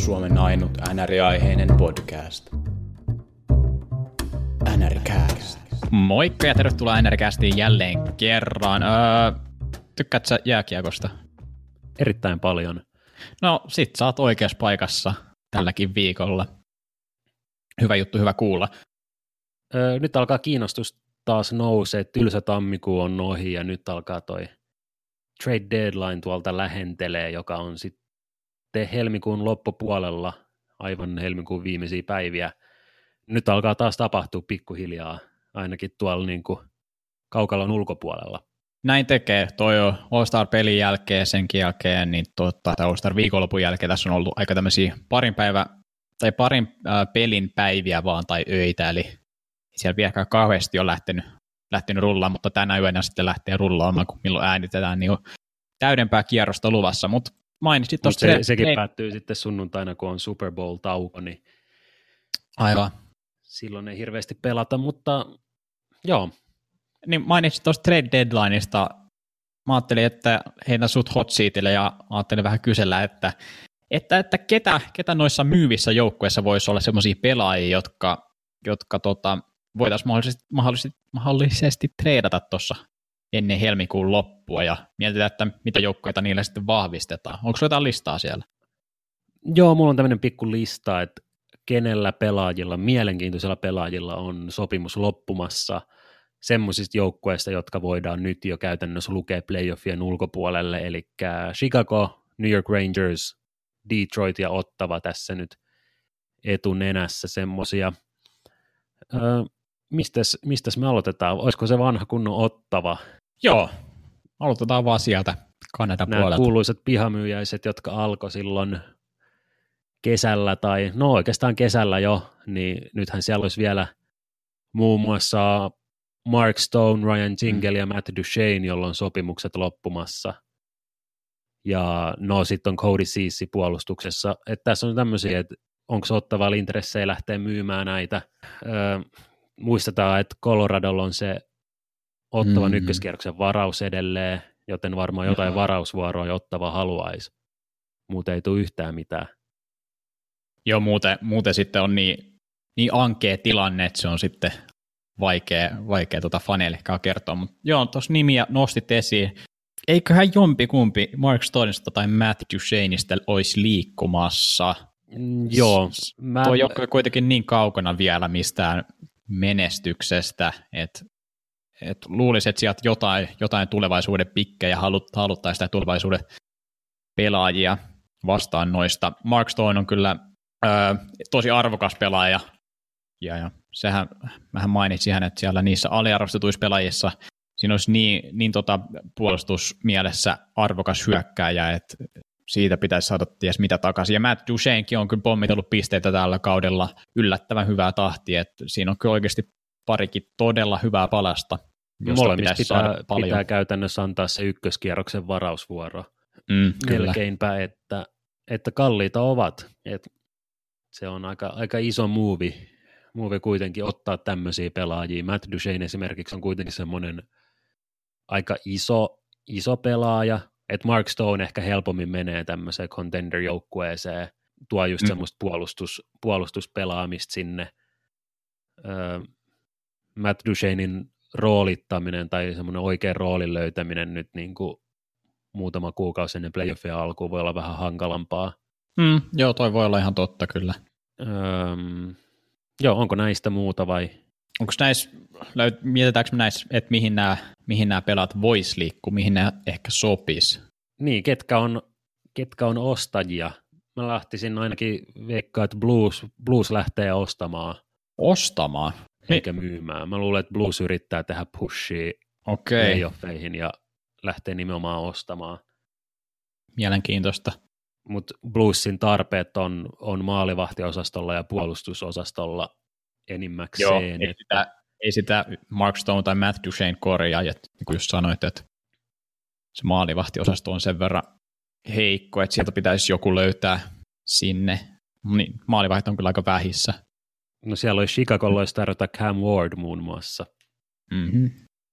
Suomen ainut NR-aiheinen podcast. NRcast. Moikka ja tervetuloa NRcastiin jälleen kerran. Tykkäätkö sä jääkiekosta? Erittäin paljon. No sit sä oot oikeassa paikassa tälläkin viikolla. Hyvä juttu, hyvä kuulla. Nyt alkaa kiinnostus taas nousee, tylsä tammikuu on ohi ja nyt alkaa toi trade deadline tuolta lähentelee, joka on sitten helmikuun loppupuolella, aivan helmikuun viimeisiä päiviä. Nyt alkaa taas tapahtua pikkuhiljaa, ainakin tuolla niin kuin kaukalon ulkopuolella. Näin tekee. Toi All-Star-pelin jälkeen, senkin jälkeen, niin All-Star-viikonlopun jälkeen tässä on ollut aika tämmöisiä parin pelin päiviä vaan tai öitä, eli siellä vielä kauheasti on lähtenyt rullaamaan, mutta tänä yönä sitten lähtee rullaamaan, kun milloin äänitetään, niin on täydempää kierrosta luvassa, mutta mainitsit tuosta... Sekin päättyy sitten sunnuntaina, kun on Super Bowl-tauko, niin aivan. Silloin ei hirveästi pelata, mutta joo. Niin mainitsit tuosta trade deadlineista, mä ajattelin, että heitän sut hot seatille ja ajattelin vähän kysellä, että ketä noissa myyvissä joukkueissa voisi olla semmoisia pelaajia, jotka voitaisiin mahdollisesti treidata tuossa ennen helmikuun loppua ja mietitään, että mitä joukkueita niillä sitten vahvistetaan. Onko jotain listaa siellä? Joo, mulla on tämmöinen pikku lista, että kenellä pelaajilla, mielenkiintoisilla pelaajilla on sopimus loppumassa semmoisista joukkueista, jotka voidaan nyt jo käytännössä lukea playoffien ulkopuolelle, eli Chicago, New York Rangers, Detroit ja Ottawa tässä nyt etunenässä semmoisia. Mistäs me aloitetaan? Olisiko se vanha kunnon Ottawa? Joo, aloitetaan vaan sieltä Kanadan puolelta. Nämä kuuluisat pihamyyjäiset, jotka alkoi silloin kesällä, tai no oikeastaan kesällä jo, niin nythän siellä olisi vielä muun muassa Mark Stone, Ryan Tingle ja Matt Duchene, jolla on sopimukset loppumassa. Ja no sitten on Cody Ceci puolustuksessa. Että tässä on tämmöisiä, että onko Ottavalla intressejä lähteä myymään näitä. Muistetaan, että Coloradolla on se Ottavan ykköskierroksen varaus edelleen, joten varmaan jotain varausvuoroa Ottava haluaisi. Muuten ei tule yhtään mitään. Joo, muuten sitten on niin ankea tilanne, että se on sitten vaikea faneillekaan kertoa. Mutta joo, tuossa nimiä nostit esiin. Eiköhän jompikumpi Mark Stonesta tai Matt Ducheneista olisi liikkumassa. Joo. Tuo joukkue kuitenkin niin kaukana vielä mistään menestyksestä, että luulisin, että sieltä jotain tulevaisuuden pikkejä haluttaisiin sitä tulevaisuuden pelaajia vastaan noista. Mark Stone on kyllä tosi arvokas pelaaja, ja mähän mainitsin hänet siellä niissä aliarvostetuissa pelaajissa. Siinä olisi niin puolustusmielessä arvokas hyökkääjä, että siitä pitäisi saada ties mitä takaisin. Ja Matt Duchenekin on kyllä pommitellut pisteitä tällä kaudella yllättävän hyvää tahtia, että siinä on kyllä oikeasti parikin todella hyvää palasta. Molemmista pitää käytännössä antaa se ykköskierroksen varausvuoro. Melkeinpä, että kalliita ovat. Se on aika iso move kuitenkin ottaa tämmöisiä pelaajia. Matt Duchene esimerkiksi on kuitenkin semmoinen aika iso pelaaja, että Mark Stone ehkä helpommin menee tämmöiseen contender-joukkueeseen, tuo just semmoista puolustuspelaamista sinne. Matt Duchenin roolittaminen tai semmoinen oikea roolin löytäminen nyt niin kuin muutama kuukausi ennen playoffien alkuun voi olla vähän hankalampaa. Joo, toi voi olla ihan totta kyllä. Joo, onko näistä muuta vai? Onko näissä, mietitäänkö me näissä, että mihin nämä pelaat vois liikkua, mihin ne ehkä sopisi? Niin, ketkä on ostajia? Mä lähtisin ainakin veikkaa, että Blues lähtee ostamaan. Ostamaan? Eikä myymään. Mä luulen, että Blues yrittää tehdä pushia playoffeihin ja lähtee nimenomaan ostamaan. Mielenkiintoista. Mutta Bluesin tarpeet on maalivahtiosastolla ja puolustusosastolla enimmäkseen. Joo, ei sitä Mark Stone tai Matt Duchene korjaa, niin kuin just sanoit, että se maalivahtiosasto on sen verran heikko, että sieltä pitäisi joku löytää sinne. Niin, maalivahti on kyllä aika vähissä. No siellä olisi Chicagolla olisi tarjota Cam Ward muun muassa. Mm-hmm.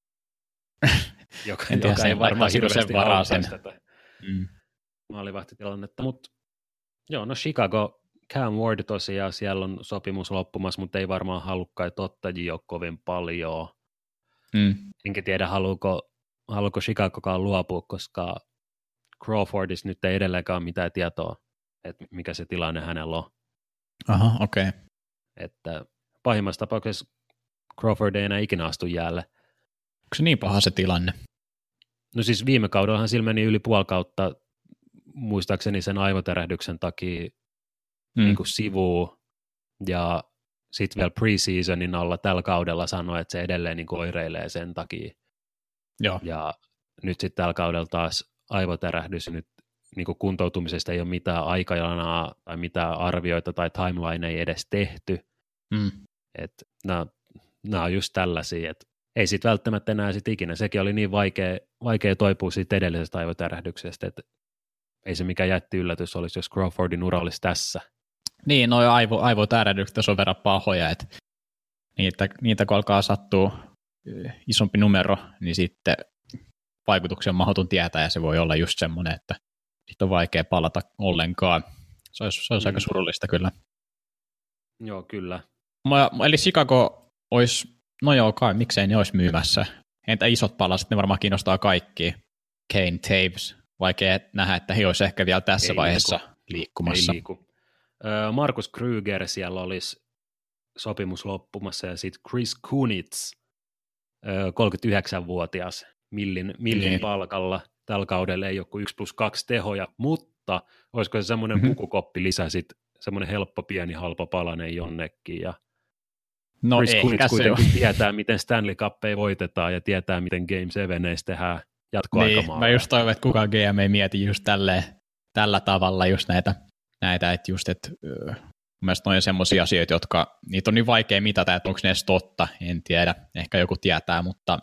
joka ei varmaan hirveästi varaa sen maalivahtitilannetta. Mutta joo, no Chicago Cam Ward tosiaan, siellä on sopimus loppumassa, mutta ei varmaan halukkaita ottajia ole kovin paljon. Enkä tiedä, haluuko Chicagokaan luopua, koska Crawfordissa nyt ei edelleenkaan ole mitään tietoa, että mikä se tilanne hänellä on. Aha, okei. Okay. Että pahimmassa tapauksessa Crawford ei enää ikinä astu jäälle. Onko se niin paha se tilanne? No siis viime kaudellahan sillä meni yli puoli kautta, muistaakseni sen aivotärähdyksen takia niin kuin sivuun, ja sitten vielä preseasonin alla tällä kaudella sanoi, että se edelleen niin kuin oireilee sen takia. Joo. Ja nyt sitten tällä kaudella taas aivotärähdys, nyt niin kuin kuntoutumisesta ei ole mitään aikajanaa tai mitään arvioita tai timeline ei edes tehty. Että nämä on just tällaisia, että ei sitten välttämättä enää sit ikinä. Sekin oli niin vaikea toipua siitä edellisestä aivotärähdyksestä, että ei se mikään jätti yllätys olisi, jos Crawfordin ura olisi tässä. Niin, noi aivotärähdykset on verran pahoja, että niitä kun alkaa sattua isompi numero, niin sitten vaikutuksia on mahdoton tietää, ja se voi olla just semmoinen, että sitten on vaikea palata ollenkaan. Se olisi aika surullista kyllä. Joo, kyllä. Eli Chicago olisi, no joo kai, miksei ne olisi myymässä. Entä isot palaset, ne varmaan kiinnostaa kaikki. Kane, Taves, vaikea nähdä, että he olisi ehkä vielä tässä vaiheessa liikkumassa. Ei liiku. Markus Kruger siellä olisi sopimus loppumassa, ja sitten Chris Kunitz, 39-vuotias, millin palkalla. Tällä kaudella ei ole kuin 1+2 tehoja, mutta olisiko se semmoinen pukukoppi lisä sitten, semmoinen helppo, pieni, halpa palanen jonnekin, ja no Chris Kunitz kuitenkin tietää, miten Stanley Cupia voitetaan, ja tietää, miten Game 7 tehdään jatkoaikamaalla. Mä just toivon, että kukaan GM ei mieti just tällä tavalla just näitä että just, että mielestäni on semmoisia asioita, jotka, niitä on niin vaikea mitata, että onko ne edes totta, en tiedä, ehkä joku tietää, mutta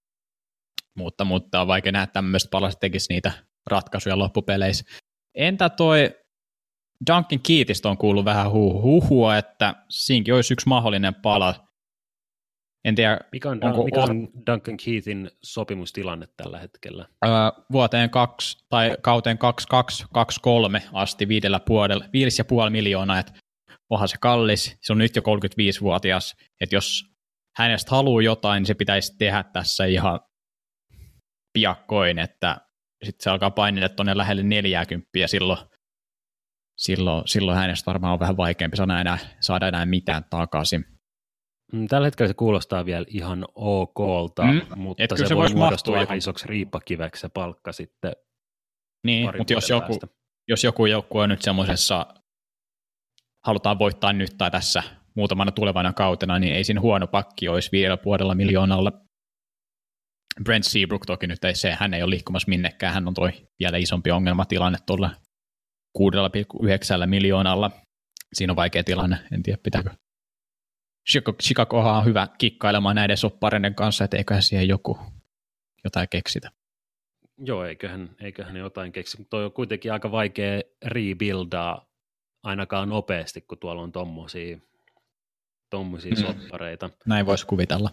on vaikea nähdä tämmöistä palaset tekisi niitä ratkaisuja loppupeleissä. Entä toi Duncan Keithistä on kuullut vähän huhua, että siinkin olisi yksi mahdollinen pala. En tiedä, mikä on Duncan Keithin sopimustilanne tällä hetkellä? Vuoteen kauteen 22-23 asti 5,5 miljoonaa, että onhan se kallis, se on nyt jo 35-vuotias, että jos hänestä haluaa jotain, niin se pitäisi tehdä tässä ihan piakkoin, että sitten se alkaa painella tuonne lähelle 40, ja silloin hänestä varmaan on vähän vaikeampi saada enää mitään takaisin. Tällä hetkellä se kuulostaa vielä ihan okolta, mutta se voi muodostua aika isoksi riippakiveksi se palkka sitten. Niin, mutta jos joku joukkue on nyt semmoisessa, halutaan voittaa nyt tai tässä muutamana tulevana kautena, niin ei siinä huono pakki olisi 5,5 miljoonalla. Brent Seabrook toki nyt hän ei ole liikkumassa minnekään, hän on toi vielä isompi ongelmatilanne tuolla 6,9 miljoonalla. Siinä on vaikea tilanne, en tiedä pitääkö. Chicagohan on hyvä kikkailemaan näiden soppareiden kanssa, että eiköhän siihen jotain keksitä. Joo, eiköhän ne jotain keksi, mutta toi on kuitenkin aika vaikea rebuildaa ainakaan nopeasti, kun tuolla on tommosia soppareita. Näin voisi kuvitella.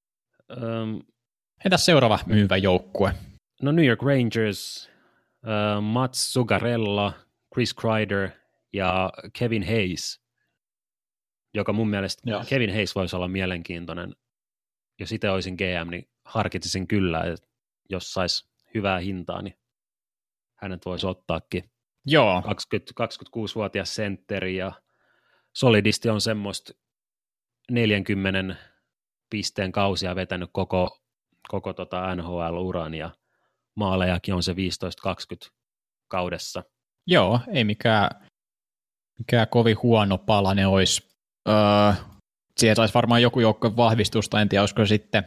Entäs seuraava myyvä joukkue? No New York Rangers, Mats Zuccarello, Chris Kreider ja Kevin Hayes, joka mun mielestä Kevin Hayes voisi olla mielenkiintoinen. Jos itse olisin GM, niin harkitsisin kyllä, että jos saisi hyvää hintaa, niin hänet voisi ottaakin. Joo. 26-vuotias sentteri ja solidisti on semmoista 40 pisteen kausia vetänyt koko NHL-uran ja maalejakin on se 15-20 kaudessa. Joo, ei mikään kovin huono palanen olisi. Siihen saisi varmaan joku joukko vahvistusta, en tiedä, olisiko sitten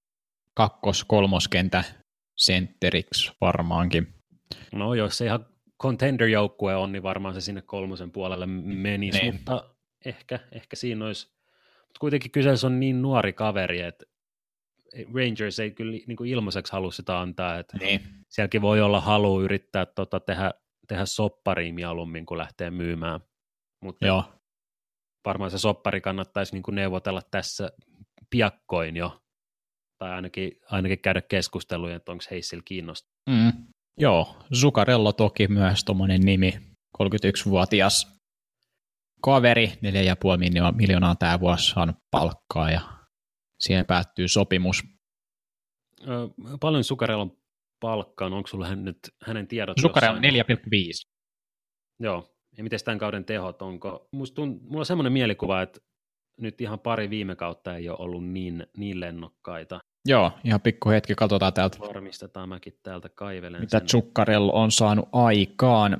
2-3 sentteriksi varmaankin. No jos se ihan contender-joukkue on, niin varmaan se sinne 3 puolelle menisi, niin. Mutta ehkä siinä olisi, mutta kuitenkin kyseessä on niin nuori kaveri, että Rangers ei kyllä niin kuin ilmaiseksi halua sitä antaa, että niin. Sielläkin voi olla halu yrittää tehdä soppariin mieluummin, kun lähtee myymään, mutta joo. Varmaan se soppari kannattaisi niin kuin neuvotella tässä piakkoin jo, tai ainakin käydä keskusteluja, että onko Hayesillä kiinnostunut. Joo, Zuccarello toki myös tuommoinen nimi, 31-vuotias. kaveri, 4,5 miljoonaa tämä vuosi saanut palkkaa ja siihen päättyy sopimus. Paljon Zuccarellon palkkaan, onko sulla nyt hänen tiedot? Zuccarello 4,5. Joo, ja miten tämän kauden tehot, mulla on semmoinen mielikuva, että nyt ihan pari viime kautta ei ole ollut niin lennokkaita. Joo, ihan pikku hetki, katsotaan täältä. Varmistetaan, mäkin täältä kaivelen mitä sen. Zuccarello on saanut aikaan.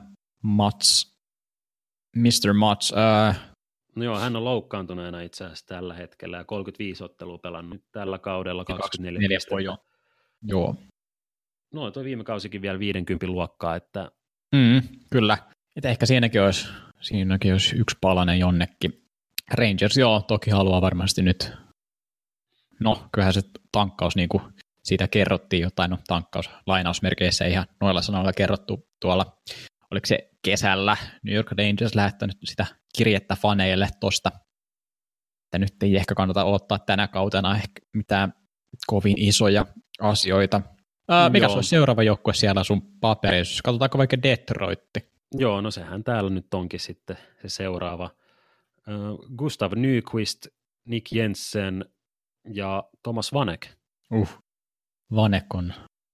Mr. Mats. No joo, hän on loukkaantuneena itse asiassa tällä hetkellä ja 35 ottelua pelannut tällä kaudella 24 pistettä. Joo. No tuo viime kausikin vielä 50 luokkaa, että... Kyllä. Että ehkä siinäkin olisi yksi palanen jonnekin. Rangers joo, toki haluaa varmasti nyt. No, kyllähän se tankkaus, niin kuin siitä kerrottiin jotain, no tankkaus lainausmerkeissä ei ihan noilla sanoilla kerrottu tuolla. Oliko se kesällä New York Rangers lähettänyt sitä kirjettä faneille tosta, että nyt ei ehkä kannata odottaa tänä kautena ehkä mitään kovin isoja asioita. Mikä olisi seuraava joukkue siellä sun paperissa? Katsotaanko vaikka Detroitti? Joo, no sehän täällä nyt onkin sitten se seuraava. Gustav Nyquist, Nick Jensen ja Thomas Vanek. Vanek on.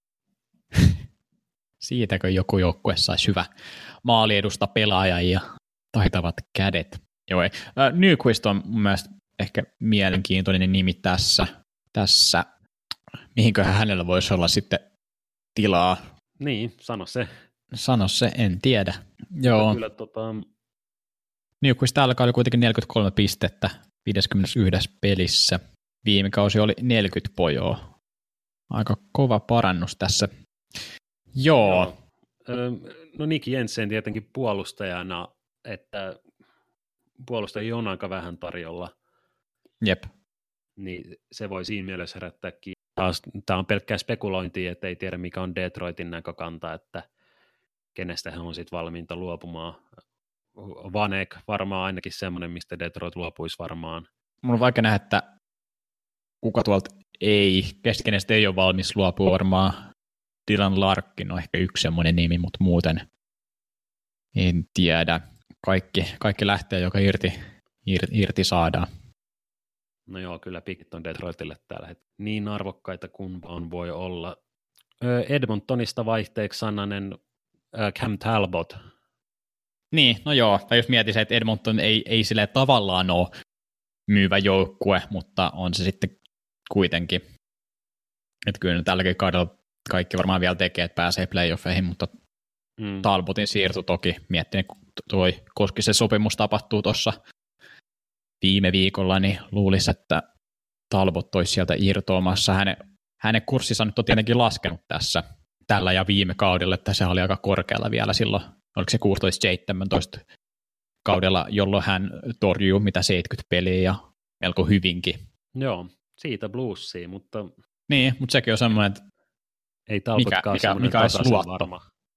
Siitäkö joku joukkue saisi hyvä maaliedusta pelaaja ja taitavat kädet. Joo, Nyquist on mun mielestä ehkä mielenkiintoinen nimi tässä. Mihinköhän hänellä voisi olla sitten tilaa? Niin, sano se. Sano se, en tiedä. Joo. Kyllä, Nyquist tällä kaudella kuitenkin 43 pistettä 51 pelissä. Viime kausi oli 40 pojoa. Aika kova parannus tässä. Joo. No Nick Jensen tietenkin puolustajana, että puolustajia on aika vähän tarjolla. Jep. Niin se voi siinä mielessä herättääkin. Tämä on pelkkää spekulointia, että ei tiedä mikä on Detroitin näkökanta, että kenestä he on sitten valmiinta luopumaan. Vanek varmaan ainakin semmoinen, mistä Detroit luopuisi varmaan. Mun on vaikea nähdä, että kuka tuolta kenestä ei ole valmis luopua varmaan. Dylan Larkin on ehkä yksi semmoinen nimi, mutta muuten en tiedä. Kaikki lähtee, joka irti saadaan. No joo, kyllä pikit on Detroitille täällä hetkellä. Niin arvokkaita kuin vaan voi olla. Edmontonista vaihteeksi sananen Cam Talbot. Niin, no joo. Tai jos mietin se, että Edmonton ei sille tavallaan ole myyvä joukkue, mutta on se sitten kuitenkin. Että kyllä tälläkin kaudella kaikki varmaan vielä tekee, että pääsee playoffeihin, mutta Talbotin siirto toki miettii, kun koska se sopimus tapahtuu tuossa viime viikolla, niin luulisi, että Talbot olisi sieltä irtoamassa. Hänen kurssinsa nyt on tietenkin laskenut tässä tällä ja viime kaudella, että se oli aika korkealla vielä silloin, oliko se 16-17 kaudella, jolloin hän torjuu mitä 70 peliä ja melko hyvinkin. Joo, siitä bluesia, mutta... Niin, mutta sekin on semmoinen, että ei Talbotkaan semmoinen tasaisen varma.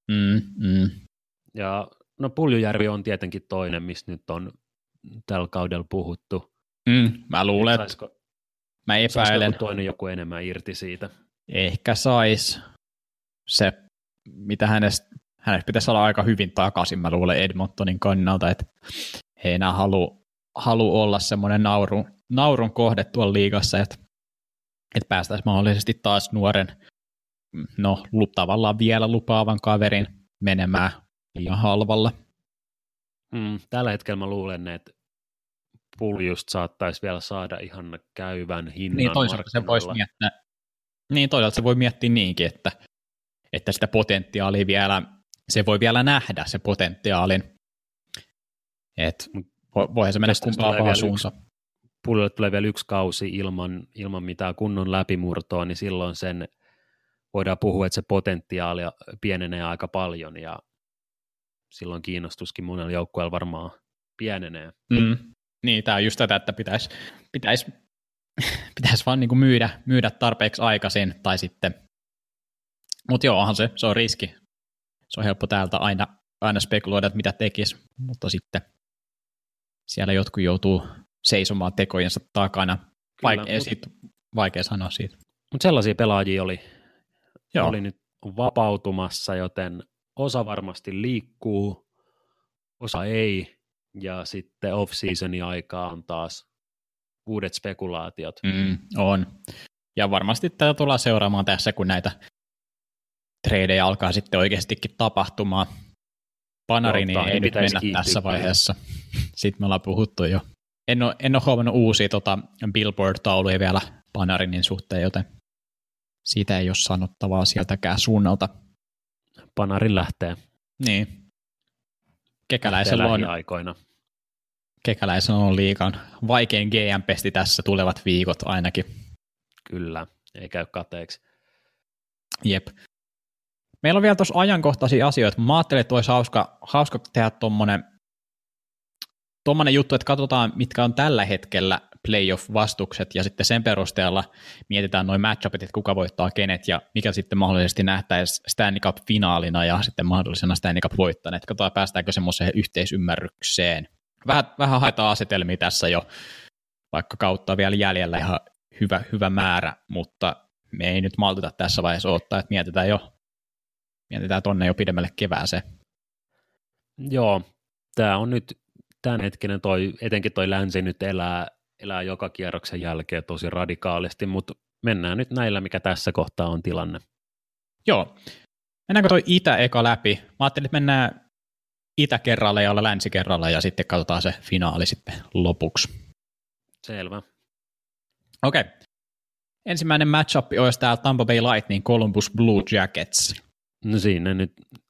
Ja no Puljujärvi on tietenkin toinen, missä nyt on tällä kaudella puhuttu. Mä luulen, että mä epäilen. Toinen joku enemmän irti siitä. Ehkä sais se, mitä hänestä pitäisi olla aika hyvin takaisin, mä luulen Edmontonin kannalta, että he enää halu olla semmoinen naurun kohde tuolla liigassa, että päästäisiin mahdollisesti taas nuoren, no tavallaan vielä lupaavan kaverin menemään liian halvalla. Tällä hetkellä mä luulen, että Puljusta saattaisi vielä saada ihan käyvän hinnan niin, toisaalta se voisi miettiä. Niin, toisaalta se voi miettiä niinkin, että sitä potentiaalia vielä, se voi vielä nähdä se potentiaalin. Että voihan se mennä kumpaan suunsa. Puljolle tulee vielä yksi kausi ilman mitään kunnon läpimurtoa, niin silloin sen voidaan puhua, että se potentiaali pienenee aika paljon ja silloin kiinnostuskin monella joukkueella varmaan pienenee. Niin, tämä on just tätä, että pitäisi vaan niin kuin myydä tarpeeksi aikaisin, tai sitten, mutta joo, onhan se on riski. Se on helppo täältä aina spekuloida, että mitä tekisi, mutta sitten siellä jotkut joutuu seisomaan tekojensa takana. Vaikea sanoa siitä. Mutta sellaisia pelaajia oli nyt vapautumassa, joten osa varmasti liikkuu, osa ei, ja sitten off-seasonin aikaa on taas uudet spekulaatiot. On. Ja varmasti tätä tullaan seuraamaan tässä, kun näitä tradeja alkaa sitten oikeastikin tapahtumaan. Panariniin ei nyt mennä tässä vaiheessa. Sitten me ollaan puhuttu jo. En ole huomannut uusia Billboard-tauluja vielä Panarinin suhteen, joten siitä ei ole sanottavaa sieltäkään suunnalta. Panarin lähtee. Niin. Kekäläisellä on liigan vaikein GM-pesti tässä tulevat viikot ainakin. Kyllä, ei käy kateeksi. Jep. Meillä on vielä tuossa ajankohtaisia asioita. Mä ajattelin, että olisi hauska tehdä tuommoinen juttu, että katsotaan, mitkä on tällä hetkellä playoff-vastukset, ja sitten sen perusteella mietitään noin matchupit, että kuka voittaa kenet, ja mikä sitten mahdollisesti nähtäisi Stanley Cup-finaalina ja sitten mahdollisena Stanley Cup-voittajana. Että katsotaan, päästäänkö semmoiseen yhteisymmärrykseen. Vähän haetaan asetelmia tässä jo, vaikka kautta on vielä jäljellä ihan hyvä määrä, mutta me ei nyt malteta tässä vaiheessa odottaa, että mietitään tonne jo pidemmälle kevääseen. Joo, tämä on nyt tämänhetkinen etenkin toi länsi nyt elää joka kierroksen jälkeen tosi radikaalisti, mutta mennään nyt näillä, mikä tässä kohtaa on tilanne. Joo, mennäänkö toi itä eka läpi? Mä ajattelin, että mennään itä kerralla ja olla länsi kerralla ja sitten katsotaan se finaali sitten lopuksi. Selvä. Okei. Ensimmäinen matchup olisi täällä Tampa Bay Lightning Columbus Blue Jackets. No siinä nyt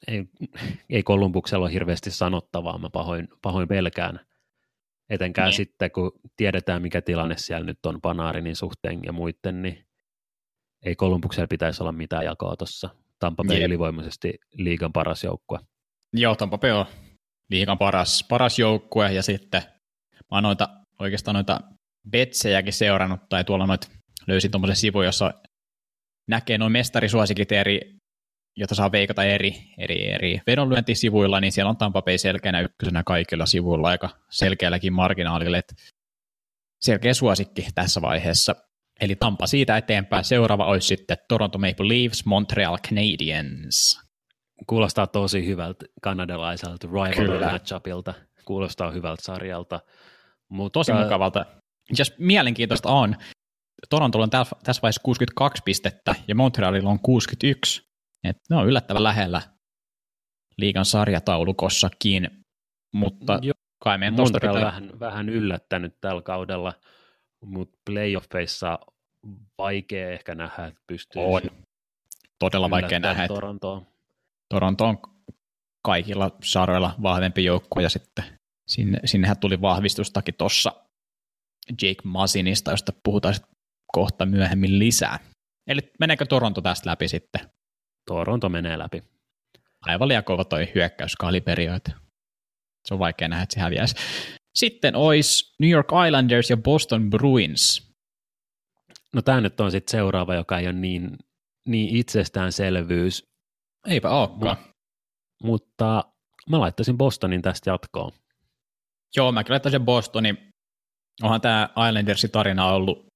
ei Columbuksella ole hirveästi sanottavaa, mä pahoin pelkään. Etenkään niin. Sitten, kun tiedetään, mikä tilanne siellä nyt on Panarinin suhteen ja muiden, niin ei Columbuksella pitäisi olla mitään jakoa tuossa. Tampa Bay ylivoimaisesti liigan paras joukkue. Joo, Tampa Bay on liigan paras joukkue, ja sitten mä oon oikeastaan noita betsejäkin seurannut, tai tuolla löysin tuommoisen sivun, jossa näkee noin mestarisuosikit jota saa veikata eri vedonlyöntisivuilla, niin siellä on Tampa Bay selkeänä ykkösenä kaikilla sivuilla, aika selkeälläkin marginaalilla, että selkeä suosikki tässä vaiheessa. Eli Tampa siitä eteenpäin. Seuraava olisi sitten Toronto Maple Leafs, Montreal Canadiens. Kuulostaa tosi hyvältä kanadalaiselta rivalry matchupilta. Kuulostaa hyvältä sarjalta. Mutta tosi mukavalta. Jos mielenkiintoista on, Torontolla on tässä vaiheessa 62 pistettä ja Montrealilla on 61. Et ne on yllättävän lähellä liigan sarjataulukossakin, mutta kai meidän tuosta pitää vähän yllättänyt tällä kaudella, mutta playoffeissa vaikea ehkä nähdä, että pystyy todella vaikea nähdä. Toronto on kaikilla saroilla vahvempi joukkue, ja sitten sinnehän tuli vahvistustakin tuossa Jake Masinista, josta puhutaan kohta myöhemmin lisää. Eli meneekö Toronto tästä läpi sitten? Toronto menee läpi. Aivan liian kova toi hyökkäyskaliberi, että se on vaikea nähdä, että se häviäisi. Sitten olisi New York Islanders ja Boston Bruins. No tämä nyt on sitten seuraava, joka ei ole niin itsestäänselvyys. Eipä olekaan. Mutta mä laittaisin Bostonin tästä jatkoon. Joo, mäkin laittaisin Bostonin. Onhan tämä Islandersin tarina ollut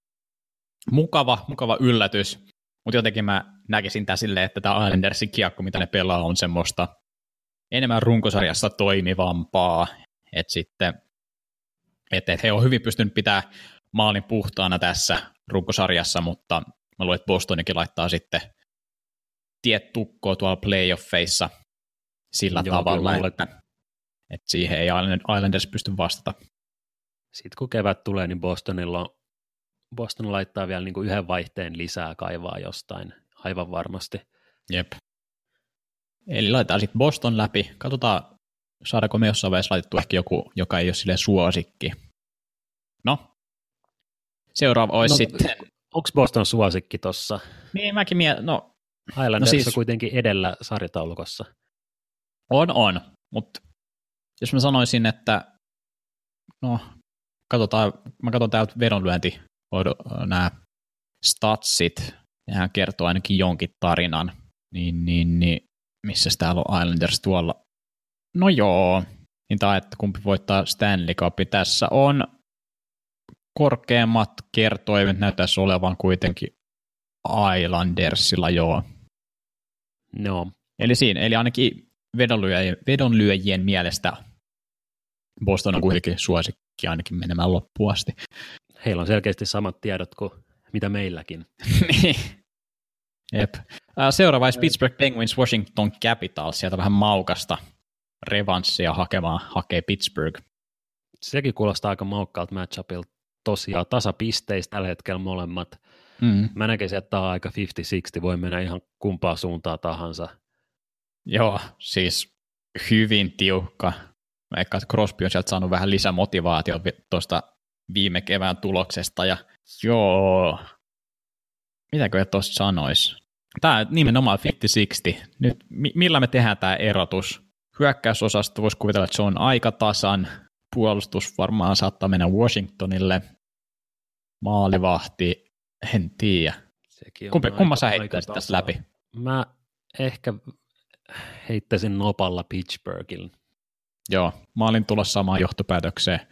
mukava yllätys, mutta jotenkin mä näkisin tämä silleen, että tämä Islandersin kiekko, mitä ne pelaa, on semmoista enemmän runkosarjassa toimivampaa, että sitten että he on hyvin pystynyt pitämään maalin puhtaana tässä runkosarjassa, mutta mä luulen, että Bostonikin laittaa sitten tiet tukkoon tuolla playoffeissa sillä tavalla, että siihen ei Islanders pysty vastata. Sitten kun kevät tulee, niin Boston laittaa vielä niin kuin yhden vaihteen lisää kaivaa jostain, aivan varmasti. Jep. Eli laitetaan sitten Boston läpi. Katsotaan, saadaanko me jossain vaiheessa laitettu ehkä joku, joka ei ole silleen suosikki. No, seuraava olisi sitten. Onko Boston suosikki tuossa? Niin, mäkin Islanders siis on kuitenkin edellä sarjataulukossa. On, mutta jos mä sanoisin, että mä katson täältä vedonlyönti, nämä statsit, nehän kertoo ainakin jonkin tarinan, niin missä täällä on Islanders tuolla. No joo, niin tai että kumpi voittaa Stanley Cupin. Tässä on korkeammat kertoimet, näyttäisi olevan kuitenkin Islandersilla, joo. No. Eli ainakin vedonlyöjien mielestä Boston on kuitenkin suosikki ainakin menemään loppuun asti. Heillä on selkeästi samat tiedot kuin mitä meilläkin. Niin. Jep. Seuraava olisi Pittsburgh Penguins Washington Capitals. Sieltä vähän maukasta revanssia hakee Pittsburgh. Sekin kuulostaa aika maukkaalta matchupilta. Tosiaan tasapisteistä tällä hetkellä molemmat. Mä näkisin, että tämä on aika 50-60, voi mennä ihan kumpaa suuntaa tahansa. Joo, siis hyvin tiukka. Vaikka Crosby on sieltä saanut vähän lisämotivaatiota tuosta viime kevään tuloksesta. Ja joo, mitäkö tuosta sanoisi? Tämä nimenomaan 50-60. Nyt millä me tehdään tämä erotus? Hyökkäysosasto voisi kuvitella, että se on aika tasan. Puolustus varmaan saattaa mennä Washingtonille. Maalivahti, en tiedä. Kumma sä heittäisit tässä läpi? Mä ehkä heittäisin nopalla Pittsburghille. Joo, mä olin tulossa samaan johtopäätökseen.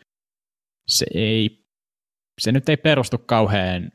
Se nyt ei perustu kauhean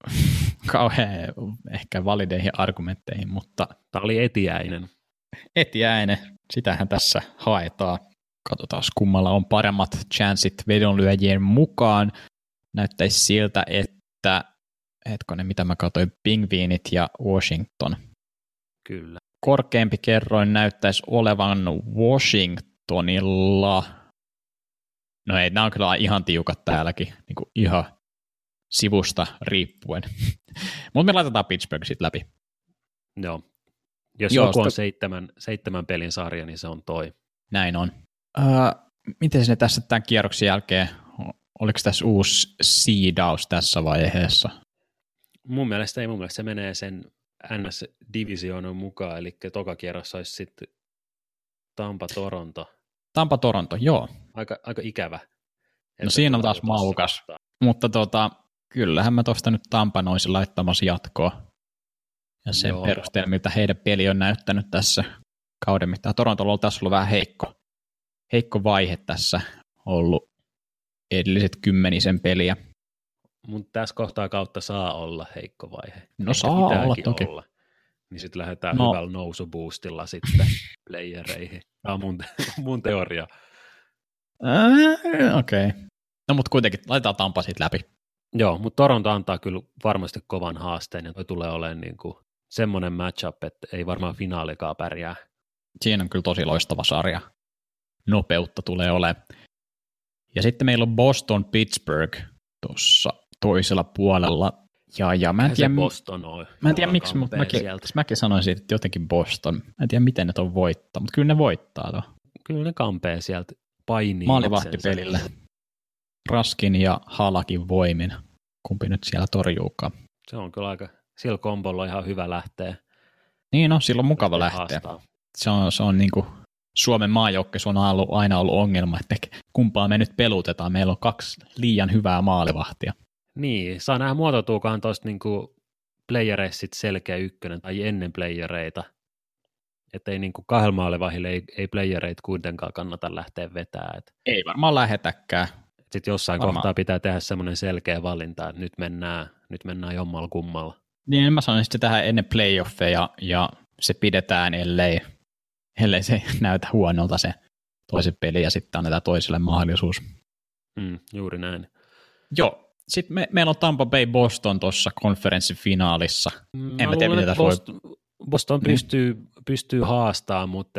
ehkä valideihin argumentteihin, mutta... Tämä oli etiäinen. Etiäinen, sitähän tässä haetaan. Katsotaan, kummalla on paremmat chanssit vedonlyöjien mukaan. Näyttäisi siltä, että mitä mä katsoin, Pingviinit ja Washington. Kyllä. Korkeampi kerroin näyttäisi olevan Washingtonilla. No ei, nämä on kyllä ihan tiukat täälläkin, niin kuin ihan sivusta riippuen. Mutta me laitetaan Pittsburgh sitten läpi. Joo. Jos joku on 7 pelin sarja, niin se on toi. Näin on. Miten ne tässä tämän kierroksen jälkeen, oliko tässä uusi seedaus tässä vaiheessa? Mun mielestä se menee sen NS-divisioonan mukaan, eli toka kierros olisi sitten Tampa-Toronto. Tampa-Toronto, joo. Aika ikävä. No siinä on taas maukas, mutta kyllähän mä tuosta nyt Tampan olisin laittamassa jatkoa. Ja sen perusteella, miltä heidän peli on näyttänyt tässä kauden mittaan. Torontolla on tässä ollut vähän heikko vaihe tässä ollut edelliset 10 peliä. Mutta tässä kohtaa kautta saa olla heikko vaihe. No saa olla toki. Olla. Niin sitten lähdetään hyvällä nousuboostilla sitten playereihin. Tämä on mun teoria. Okei. No mutta kuitenkin laitetaan Tampa siitä läpi. Joo, mutta Toronto antaa kyllä varmasti kovan haasteen ja toi tulee olemaan niinku semmoinen matchup, että ei varmaan finaalikaan pärjää. Siinä on kyllä tosi loistava sarja. Nopeutta tulee olemaan. Ja sitten meillä on Boston-Pittsburgh tuossa toisella puolella. Ja mä en tiedä, miksi, mutta mäkin sanoisin, että jotenkin Boston. Mä en tiedä, miten ne on voittaa, mutta kyllä ne voittaa. Kyllä ne kampee sieltä painiin. Maalivahtipelillä. Raskin ja Halakin voimin. Kumpi nyt siellä torjuukaan. Se on kyllä sillä kombolla ihan hyvä lähteä. Niin on, silloin mukava lähteä. Se on niin kuin Suomen maajoukkue, se on aina ollut ongelma, että kumpaa me nyt pelutetaan. Meillä on 2 liian hyvää maalivahtia. Niin, saa nähdä muotoutuukaan tuosta niinku playereissa sit selkeä ykkönen tai ennen playereita. Että ei niinku 2 maalivahille ei playereita kuitenkaan kannata lähteä vetämään. Ei varmaan lähetäkään. Sitten jossain kohtaa pitää tehdä semmoinen selkeä valinta, että nyt mennään jommalla kummalla. Niin mä sanoisin, että tähän ennen playoffeja ja se pidetään, ellei se näytä huonolta se toisen peli ja sitten annetaan toiselle mahdollisuus. Juuri näin. Joo. Sitten meillä on Tampa Bay Boston tuossa konferenssifinaalissa. En mä tiedä, mitä tässä Boston pystyy haastamaan, mutta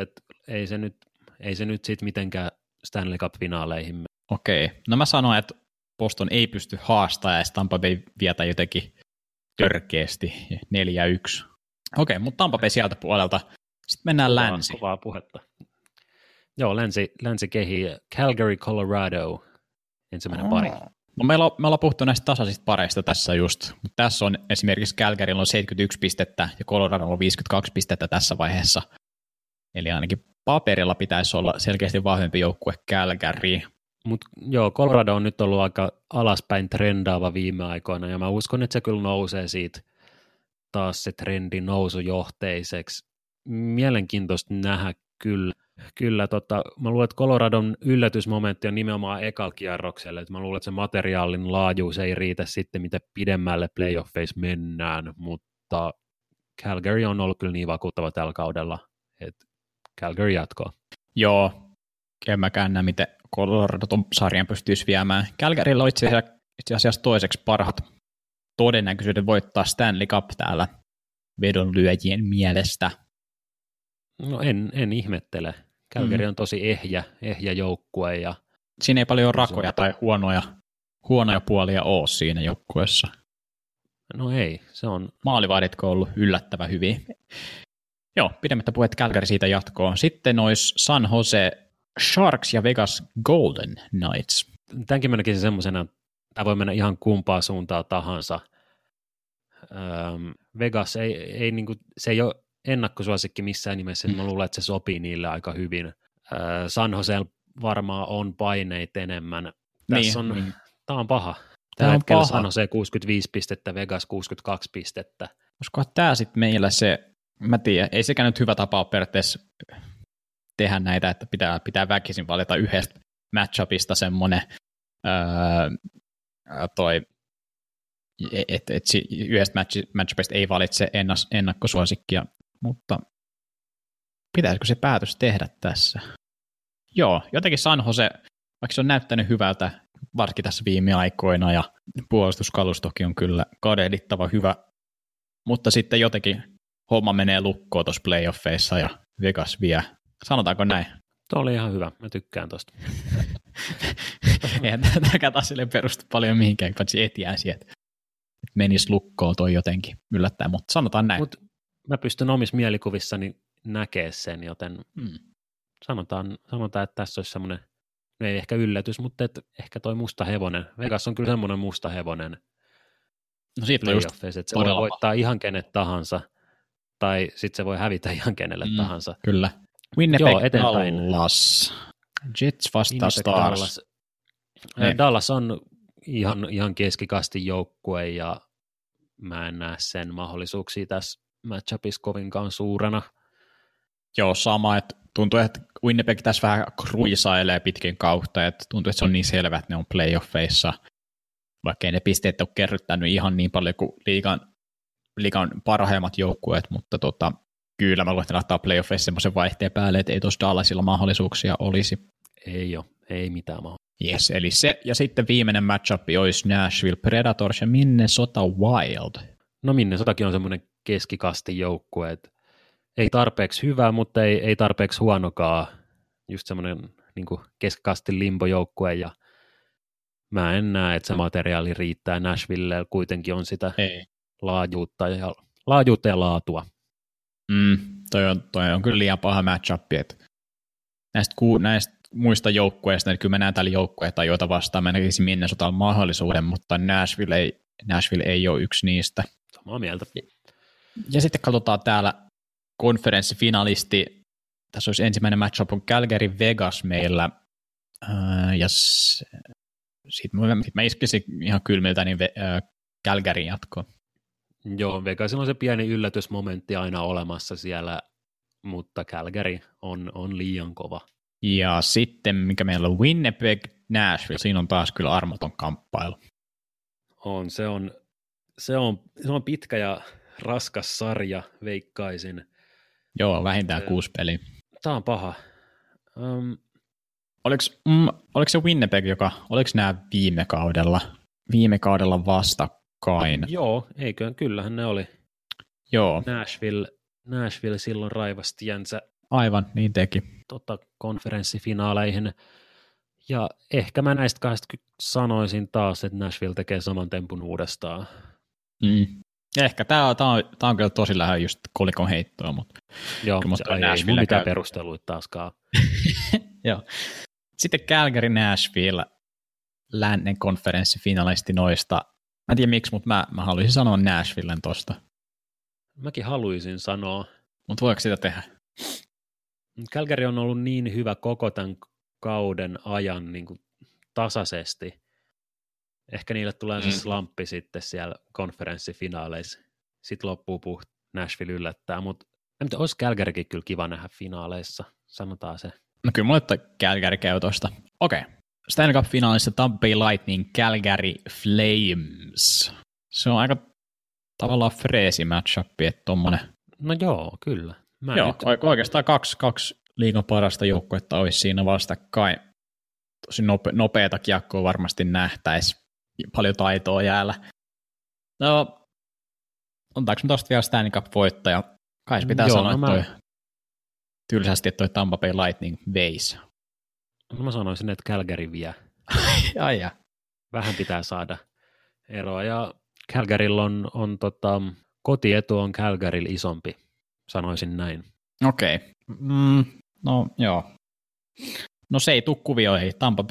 ei se nyt sitten mitenkään Stanley Cup-finaaleihin mene. Okei. No mä sanoin, että Boston ei pysty haastamaan ja Tampa Bay vietä jotenkin törkeästi 4-1. Okei, mutta Tampa Bay sieltä puolelta. Sitten mennään länsi. Kovaa puhetta. Joo, länsi kehii. Calgary, Colorado, ensimmäinen pari. No me ollaan puhuttu näistä tasaisista pareista tässä just, mutta tässä on esimerkiksi Calgarylla on 71 pistettä ja Coloradolla on 52 pistettä tässä vaiheessa. Eli ainakin paperilla pitäisi olla selkeästi vahvempi joukkue Calgary. Mutta joo, Colorado on nyt ollut aika alaspäin trendaava viime aikoina ja mä uskon, että se kyllä nousee siitä taas se trendi nousujohteiseksi. Mielenkiintoista nähdä kyllä. Kyllä, mä luulen, että Coloradon yllätysmomentti on nimenomaan ekakierrokselle, että mä luulen, että se materiaalin laajuus ei riitä sitten, miten pidemmälle playoffeissa mennään, mutta Calgary on ollut kyllä niin vakuuttava tällä kaudella, että Calgary jatkoa. Joo, en mäkään näe, miten Colorado ton sarjan pystyisi viemään. Calgarylla on itse asiassa toiseksi parhaat todennäköisyyden voittaa Stanley Cup täällä vedonlyöjien mielestä. No en ihmettele. Calgary on tosi ehjä joukkue. Ja siinä ei paljon rakoja tai huonoja puolia ole siinä joukkueessa. No ei, se on... Maalivahditko on ollut yllättävän hyviä. Joo, pidemmittä puhetta Calgary siitä jatkoon. Sitten olisi San Jose Sharks ja Vegas Golden Knights. Tämänkin mä näkisin semmoisena, tämä voi mennä ihan kumpaa suuntaa tahansa. Vegas ei niinku, se ei ole ennakkosuosikki missään nimessä, mä luulen, että se sopii niille aika hyvin. San Josella varmaan on paineita enemmän. Tämä on paha. Tällä hetkellä San Jose 65 pistettä, Vegas 62 pistettä. Olisikohan tämä sitten meillä se, mä tiedän, ei sekään nyt hyvä tapa ole periaatteessa tehdä näitä, että pitää väkisin valita yhdestä matchupista semmoinen että yhdestä matchupista ei valitse ennakkosuosikkia, mutta pitäisikö se päätös tehdä tässä? Joo, jotenkin San Jose, vaikka se on näyttänyt hyvältä, varsinkin tässä viime aikoina, ja puolustuskalustokin on kyllä kadehdittava hyvä, mutta sitten jotenkin homma menee lukkoon tuossa playoffeissa, ja Vegas vie. Sanotaanko näin? Tuo oli ihan hyvä, mä tykkään tosta. Eihän tämäkään taas sille perustu paljon mihinkään, paitsi etiäisi, että menisi lukkoon toi jotenkin yllättäen, mutta sanotaan näin. Mut mä pystyn omissa mielikuvissani näkemään sen, joten sanotaan, että tässä olisi semmoinen, no ei ehkä yllätys, mutta ehkä toi musta hevonen. Vegas on kyllä semmoinen musta hevonen. No siitä on just että se voi voittaa ihan kenet tahansa, tai sitten se voi hävitä ihan kenelle tahansa. Kyllä. Winnipeg, Dallas. Jets vastaa Stars. Dallas on ihan keskikastin joukkue, ja mä en näe sen mahdollisuuksia tässä matchupissa kovinkaan suurena. Joo, sama, että tuntuu, että Winnipeg tässä vähän kruisailee pitkin kautta, että tuntuu, että se on niin selvä, että ne on playoffeissa, vaikka ei ne pisteet ole kerryttänyt ihan niin paljon kuin liigan parhaimmat joukkueet, mutta kyllä mä luulen, että laittaa playoffeissa semmoisen vaihteen päälle, että ei tuossa Dallasilla mahdollisuuksia olisi. Ei ole, ei mitään mahdollisuuksia. Yes, eli se, ja sitten viimeinen matchup olisi Nashville Predators ja Minnesota Wild. No Minnesotakin on semmoinen keskikastin joukkue, että ei tarpeeksi hyvä, mutta ei tarpeeksi huonokaan. Just semmoinen niin kuin keskikastin limbojoukkue, ja mä en näe, että se materiaali riittää. Nashville kuitenkin on sitä laajuutta ja laatua. Toi on kyllä liian paha matchup, että näistä muista joukkueista, niin kyllä mä näen täällä joukkueita, joita vastaan mä näkisin Minnesotan mahdollisuuden, mutta Nashville ei ole yksi niistä. Samaa mieltä. Ja sitten katsotaan täällä konferenssifinalisti. Tässä olisi ensimmäinen matchup on Calgary Vegas meillä. Ja sitten mä iskisin ihan kylmiltä niin Calgaryn jatkoon. Joo, Vegasilla on se pieni yllätysmomentti aina olemassa siellä, mutta Calgary on liian kova. Ja sitten, mikä meillä on Winnipeg, Nashville, siinä on taas kyllä armoton kamppailu. Se on pitkä ja raskas sarja, veikkaisin. Joo, vähintään 6 peliä. Tämä on paha. Oliko se Winnipeg, oliko nämä viime kaudella vastakkain? Joo, kyllähän ne oli. Joo. Nashville silloin raivasi tiensä. Aivan, niin teki. Konferenssifinaaleihin. Ja ehkä mä näistä kahdesta sanoisin taas, että Nashville tekee saman tempun uudestaan. Ehkä tämä on kyllä tosi lähellä just kolikon heittoa, mutta joo, ei mun mitään perusteluita taaskaan. Joo. Sitten Calgary Nashville, lännen konferenssifinalisti noista. Mä en tiedä miksi, mutta mä haluaisin sanoa Nashvillen tosta. Mäkin haluaisin sanoa. Mutta voiko sitä tehdä? Calgary on ollut niin hyvä koko tämän kauden ajan niin kuin tasaisesti. Ehkä niille tulee se slamppi sitten siellä konferenssifinaaleissa. Sitten loppuu Nashville yllättää, mutta olisi Calgarykin kyllä kiva nähdä finaaleissa, sanotaan se. No kyllä mulle Calgary käy tuosta. Okei. Stanley Cup-finaalissa Tampa Bay Lightning, Calgary Flames. Se on aika tavallaan freesi matchup, että tommonen. No joo, kyllä. Joo, oikeastaan kaksi liigan parasta joukkuetta olisi siinä vastakkain. Tosi nopeata kiekkoa varmasti nähtäisi. Paljon taitoa jäällä. No, otetaanko me tuosta vielä Stanley Cup-voittaja? Kai se pitää sanoa, että toi tylsästi, että toi Tampa Bay Lightning veisi. No mä sanoisin, että Calgary vie. Ai. Vähän pitää saada eroa. Ja Calgarylla on kotietu on Calgarylla isompi, sanoisin näin. Okei. No joo. No se ei tule kuvioihin.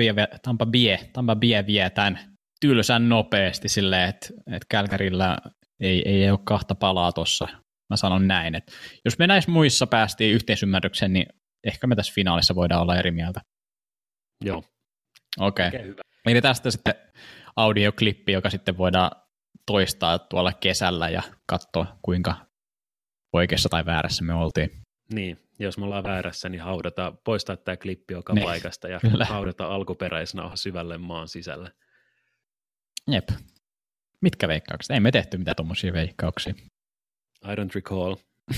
Tampa Bay vie tämän tylsän nopeasti silleen, että Calgarylla ei ole kahta palaa tuossa. Mä sanon näin, että jos me näissä muissa päästiin yhteisymmärrykseen, niin ehkä me tässä finaalissa voidaan olla eri mieltä. Joo. Okei. Eli tästä sitten audioklippi, joka sitten voidaan toistaa tuolla kesällä ja katsoa, kuinka oikeassa tai väärässä me oltiin. Niin, jos me ollaan väärässä, niin poistaa tämä klippi joka paikasta ja haudata alkuperäisnauha syvälle maan sisälle. Jep. Mitkä veikkaukset? Ei me tehty mitään tommosia veikkauksia. I don't recall.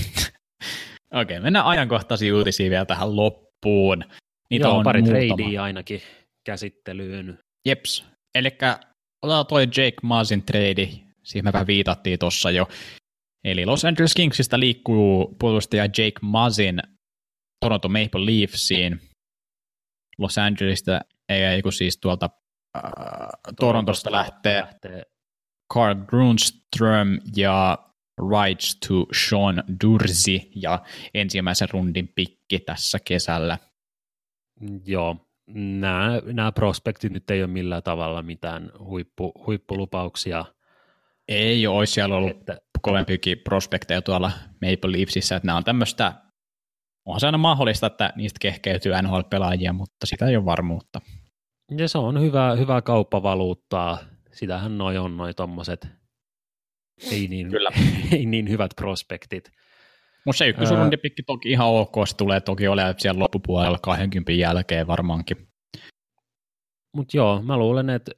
Okei, mennään ajankohtaisiin uutisiin vielä tähän loppuun. Niitä on pari muutama. tradea ainakin käsittelyyn. Jeps. Elikkä otetaan toi Jake Mazin trade, siihen me vähän viitattiin tuossa jo. Eli Los Angeles Kingsista liikkuu puolustaja Jake Mazin Toronto Maple Leafsiin. Los Angelesista, ei kun siis tuolta Torontosta lähtee Carl Grundström ja rights to Sean Durzi ja ensimmäisen rundin pikki tässä kesällä. Joo, nämä prospektit nyt ei ole millään tavalla mitään huippulupauksia. Ei ole, olisi siellä ollut kovempiakin prospekteja tuolla Maple Leafsissä, että nämä on tämmöistä, onhan se aina mahdollista, että niistä kehkeytyy NHL-pelaajia, mutta sitä ei ole varmuutta. Ja se on hyvää kauppavaluuttaa, sitähän noi tommoset ei niin hyvät prospektit. Mutta se ykkösrundipikki toki ihan ok, se tulee toki olemaan siellä loppupuolella 20 jälkeen varmaankin. Mutta joo, mä luulen, että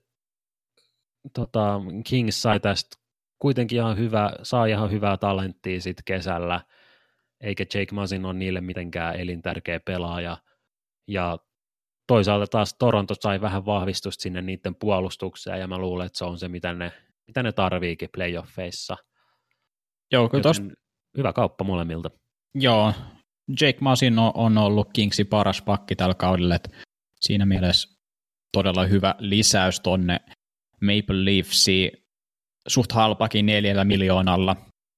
Kings sai tästä kuitenkin saa ihan hyvää talenttia sit kesällä, eikä Jake Mazin ole niille mitenkään elintärkeä pelaaja. Ja toisaalta taas Toronto sai vähän vahvistusta sinne niiden puolustukseen, ja mä luulen, että se on se, mitä ne tarviikin playoffeissa. Joo, kyllä hyvä kauppa molemmilta. Joo, Jake Mazin on ollut Kingsin paras pakki tällä kaudella, että siinä mielessä todella hyvä lisäys tonne Maple Leafsiin, suht halpakin 4 miljoonalla,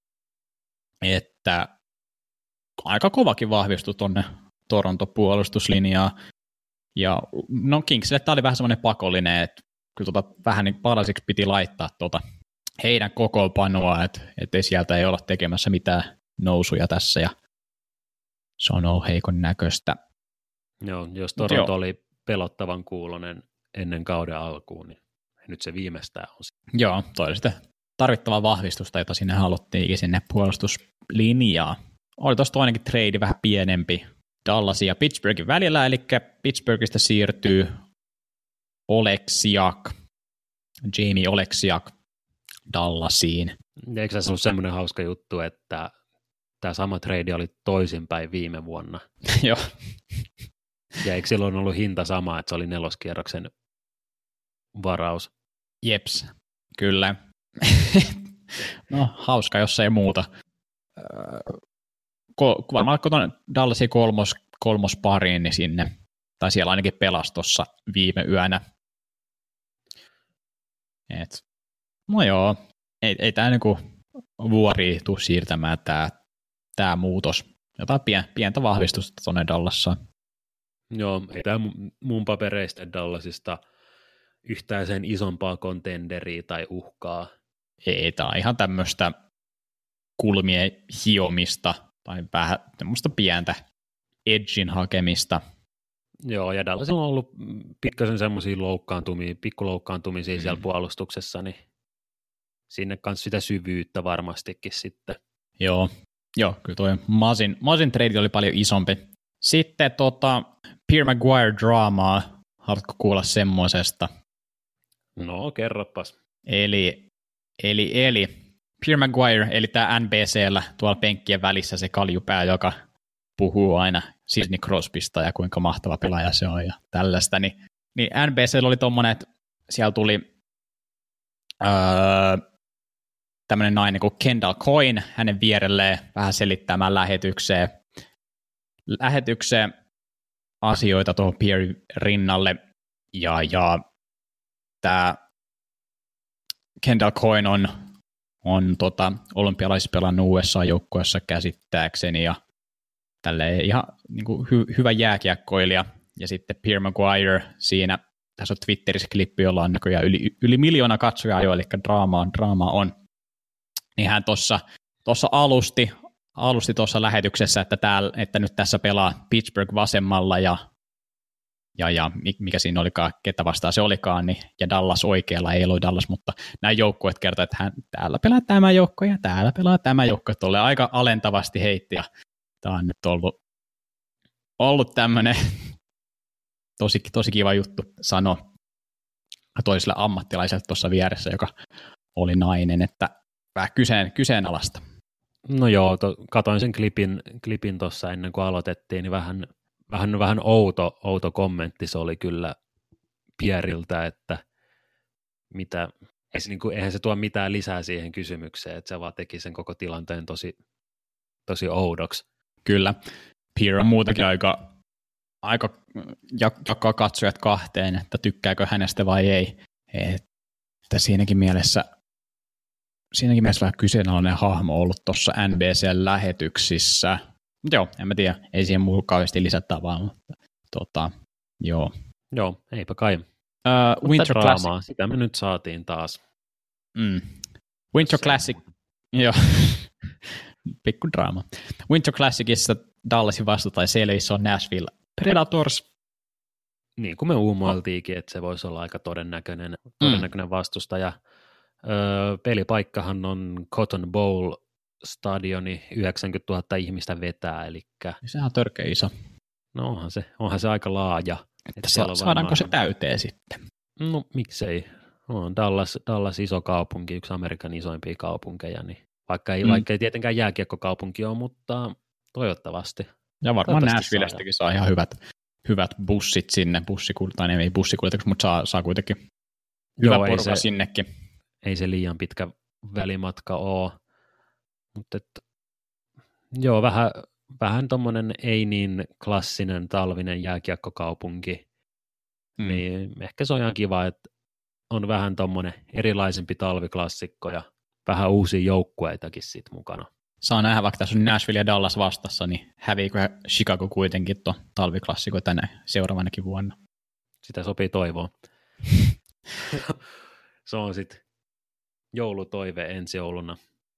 että aika kovakin vahvistui tonne Toronto-puolustuslinjaa, ja no Kingsille tämä oli vähän semmoinen pakollinen, että kyllä vähän niin palasiksi piti laittaa heidän kokoonpanoa, että sieltä ei olla tekemässä mitään nousuja tässä, ja se on ollut heikon näköistä. Joo, jos Toronto oli pelottavan kuulonen ennen kauden alkuun, niin nyt se viimeistään on. Joo, toi sitten tarvittavaa vahvistusta, jota sinne haluttiinkin sinne puolustuslinjaan. Oli tuossa toinenkin trade vähän pienempi Dallasin ja Pittsburghin välillä, eli Pittsburghista siirtyy Jamie Oleksiak Dallasiin. Eikö tässä ollut semmoinen hauska juttu, että tämä sama trade oli toisinpäin viime vuonna? Joo. Ja eikö silloin ollut hinta sama, että se oli 4. kierroksen varaus? Jeps, kyllä. No, hauska, jos ei muuta. Varmaan kun tuon Dallasin kolmospariin, niin sinne, tai siellä ainakin pelasi tuossa viime yönä. No joo, ei tämä niinku vuori tule siirtämään tämä muutos. Jotain pientä vahvistusta tuonne Dallassaan. Joo, ei tämä mun papereista Dallasista yhtään sen isompaa kontenderia tai uhkaa. Ei, tämä on ihan tämmöistä kulmien hiomista tai vähän tämmöistä pientä edgin hakemista. Joo, ja Dallasilla on ollut pikkasen semmoisia pikkuloukkaantumisia siellä puolustuksessa, niin sinne kanssa sitä syvyyttä varmastikin sitten. Joo, kyllä tuo Mazin trade oli paljon isompi. Sitten Pierre Maguire-draamaa, haluatko kuulla semmoisesta? No, kerropas. Eli Pierre Maguire, eli tämä NBC:llä tuolla penkkien välissä se kaljupää, joka puhuu aina Sidney Crosbysta ja kuinka mahtava pelaaja se on ja tällaista, niin NBC:llä oli tommonen, että siellä tuli tämmöinen nainen kuin Kendall Coyne hänen vierelleen vähän selittämään lähetykseen asioita tuohon Pierre rinnalle, ja tämä Kendall Coyne on olympialaisissa pelannut USA-joukkueessa käsittääkseni, ja tälleen ihan niin kuin hyvä jääkiekkoilija, ja sitten Pierre Maguire siinä, tässä on Twitterissä klippi, jolla on näköjään yli 1 miljoona katsojaa jo, eli draama on, niin hän tuossa alusti tuossa lähetyksessä, että nyt tässä pelaa Pittsburgh vasemmalla ja mikä siinä olikaan, ketä vastaan se olikaan, niin, ja Dallas oikealla, ei ollut Dallas, mutta nämä joukkueet kertoo, että täällä pelaa tämä joukko ja täällä pelaa tämä joukko, että tulee aika alentavasti heitti, ja tämä on nyt ollut tämmöinen tosi kiva juttu sanoa toiselle ammattilaiselle tuossa vieressä, joka oli nainen, että vähän kyseenalaista. No joo, katoin sen klipin tuossa ennen kuin aloitettiin, niin vähän outo kommentti se oli kyllä Pierriltä, että eihän se tuo mitään lisää siihen kysymykseen, että se vaan teki sen koko tilanteen tosi oudoksi. Kyllä, Pierre on muutenkin aika jakaa katsojat kahteen, että tykkääkö hänestä vai ei. Että siinäkin mielessä vähän kyseenalainen hahmo ollut tuossa NBC-lähetyksissä. Mutta joo, en mä tiedä, ei siihen muu kauheasti lisätä vaan. Joo. Joo, eipä kai. Winter Classic. Sitä me nyt saatiin taas. Winter Classic, joo. Pikku draama. Winter Classicissa Dallasin vastustaja Selvissä on Nashville Predators. Niin kuin me uumoiltiinkin, että se voisi olla aika todennäköinen vastustaja. Pelipaikkahan on Cotton Bowl stadioni, 90 000 ihmistä vetää, eli sehän on törkeä iso. No onhan se aika laaja. Saadaanko se täyteen sitten? No miksei. On Dallas iso kaupunki, yksi Amerikan isoimpia kaupunkeja, niin vaikka ei tietenkään jääkiekkokaupunki ole, mutta toivottavasti. Ja varmaan Nashvillestäkin saa ihan hyvät bussit sinne, ei bussikuljetukset, mutta saa kuitenkin hyvä porukka sinnekin. Ei se liian pitkä välimatka ole, mutta joo, vähän tommonen ei niin klassinen talvinen jääkiekkokaupunki, niin ehkä se on ihan kiva, että on vähän tommonen erilaisempi talviklassikko ja vähän uusia joukkueitakin sit mukana. Saa nähdä, vaikka tässä on Nashville ja Dallas vastassa, niin häviikö Chicago kuitenkin tuon talviklassikko tänä seuraavanakin vuonna. Sitä sopii toivoa. Se on sitten joulutoive ensi jouluna.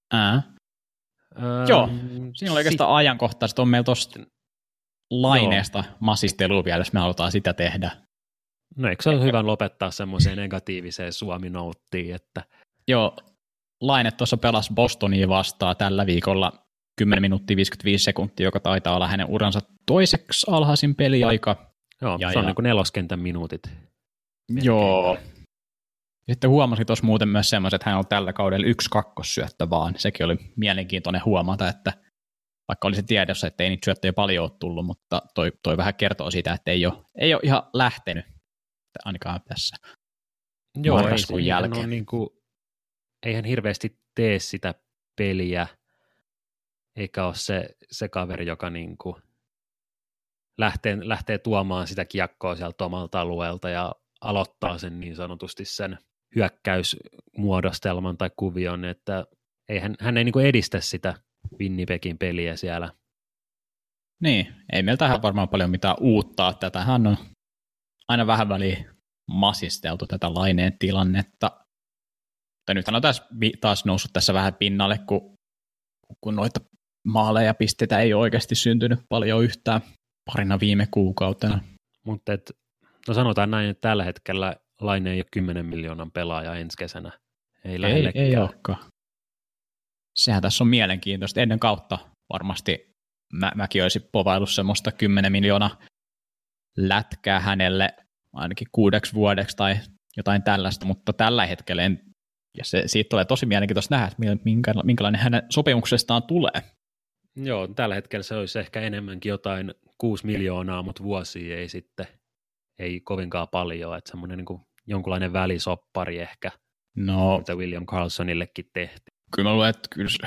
Joo, siinä oli oikeastaan ajankohtaisesti. On meillä tuosta Laineesta masistelua vielä, jos me halutaan sitä tehdä. No eikö se ole hyvä lopettaa semmoiseen negatiiviseen Suomi-nouttiin, että... Joo, Laine tuossa pelasi Bostonia vastaan tällä viikolla 10 minuuttia 55 sekuntia, joka taitaa olla hänen uransa toiseksi alhaisin peliaika. Joo, se on niin kuin 4 minuutit. Joo. Sitten huomasin tuossa muuten myös semmoisen, että hän on tällä kaudella 1 kakkossyöttö vaan. Sekin oli mielenkiintoinen huomata, että vaikka oli se tiedossa, että ei niitä syöttöjä paljon ole tullut, mutta toi vähän kertoo siitä, että ei ole ihan lähtenyt ainakaan tässä marraskuun jälkeen. Eihän hirveästi tee sitä peliä, eikä ole se kaveri, joka niin kuin lähtee tuomaan sitä kiekkoa sieltä omalta alueelta ja aloittaa sen niin sanotusti sen hyökkäysmuodostelman tai kuvion, että hän ei niin kuin edistä sitä Winnipegin peliä siellä. Niin, ei meillä tähän varmaan paljon mitään uuttaa. Tätähän on aina vähän väliin masisteltu tätä Laineen tilannetta. Mutta nythän on taas noussut tässä vähän pinnalle, kun noita maaleja ja pisteitä ei ole oikeasti syntynyt paljon yhtään parina viime kuukautena. Mutta no sanotaan näin, että tällä hetkellä Laine ei ole 10 miljoonan pelaaja ensi kesänä. Ei olekaan. Sehän tässä on mielenkiintoista. Ennen kautta varmasti mäkin olisin povaillut semmoista 10 miljoonaa lätkää hänelle ainakin 6 vuodeksi tai jotain tällaista, mutta tällä hetkellä ja siitä tulee tosi mielenkiintoista nähdä, että minkälainen hänen sopimuksestaan tulee. Joo, tällä hetkellä se olisi ehkä enemmänkin jotain 6 miljoonaa, mutta vuosia ei sitten, ei kovinkaan paljon, että semmoinen niin kuin jonkunlainen välisoppari ehkä, mitä William Karlssonillekin tehtiin. Kyllä mä luulen, että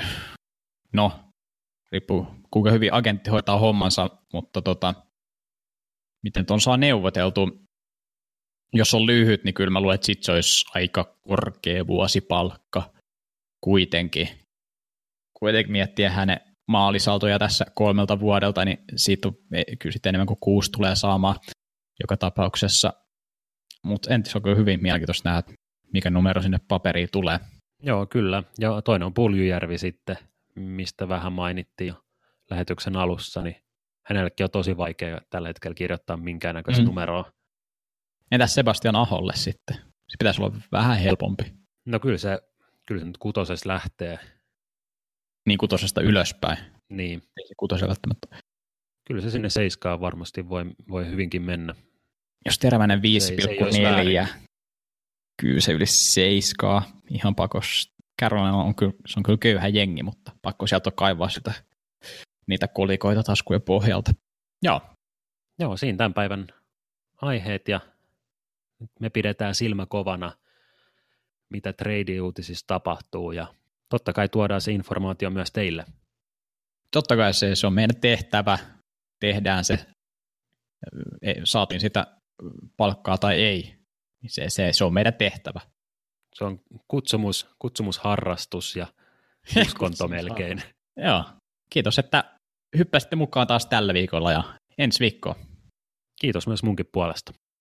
riippuu kuinka hyvin agentti hoitaa hommansa, mutta miten ton saa neuvoteltu. Jos on lyhyt, niin kyllä mä luulen, että sit se olisi aika korkea vuosipalkka kuitenkin. Kuitenkin miettiä hänen maalisaltoja tässä 3 vuodelta, niin siitä on kyllä sitten enemmän kuin 6 tulee saamaan joka tapauksessa. Mutta entis on kyllä hyvin mielenkiintoista nähdä, mikä numero sinne paperiin tulee. Joo, kyllä. Ja toinen on Puljujärvi sitten, mistä vähän mainittiin jo lähetyksen alussa, niin hänellekin on tosi vaikea tällä hetkellä kirjoittaa minkäännäköistä numeroa. Entäs Sebastian Aholle sitten? Se pitäisi olla vähän helpompi. No kyllä se nyt 6 lähtee. Niin 6 ylöspäin. Niin. Ei se 6 välttämättä. Kyllä se sinne 7 varmasti voi hyvinkin mennä. Jos Teräväinen 5,4, kyllä se yli 7, ihan pakos. Carolina on kyllä köyhä jengi, mutta pakko sieltä kaivaa niitä kolikoita taskujen pohjalta. Joo, siinä tämän päivän aiheet ja me pidetään silmä kovana, mitä trade-uutisissa tapahtuu ja totta kai tuodaan se informaatio myös teille. Totta kai se on meidän tehtävä, tehdään se, saatiin sitä palkkaa tai ei, se on meidän tehtävä. Se on kutsumusharrastus ja uskonto melkein. Joo, kiitos, että hyppäsitte mukaan taas tällä viikolla ja ensi viikkoon. Kiitos myös munkin puolesta.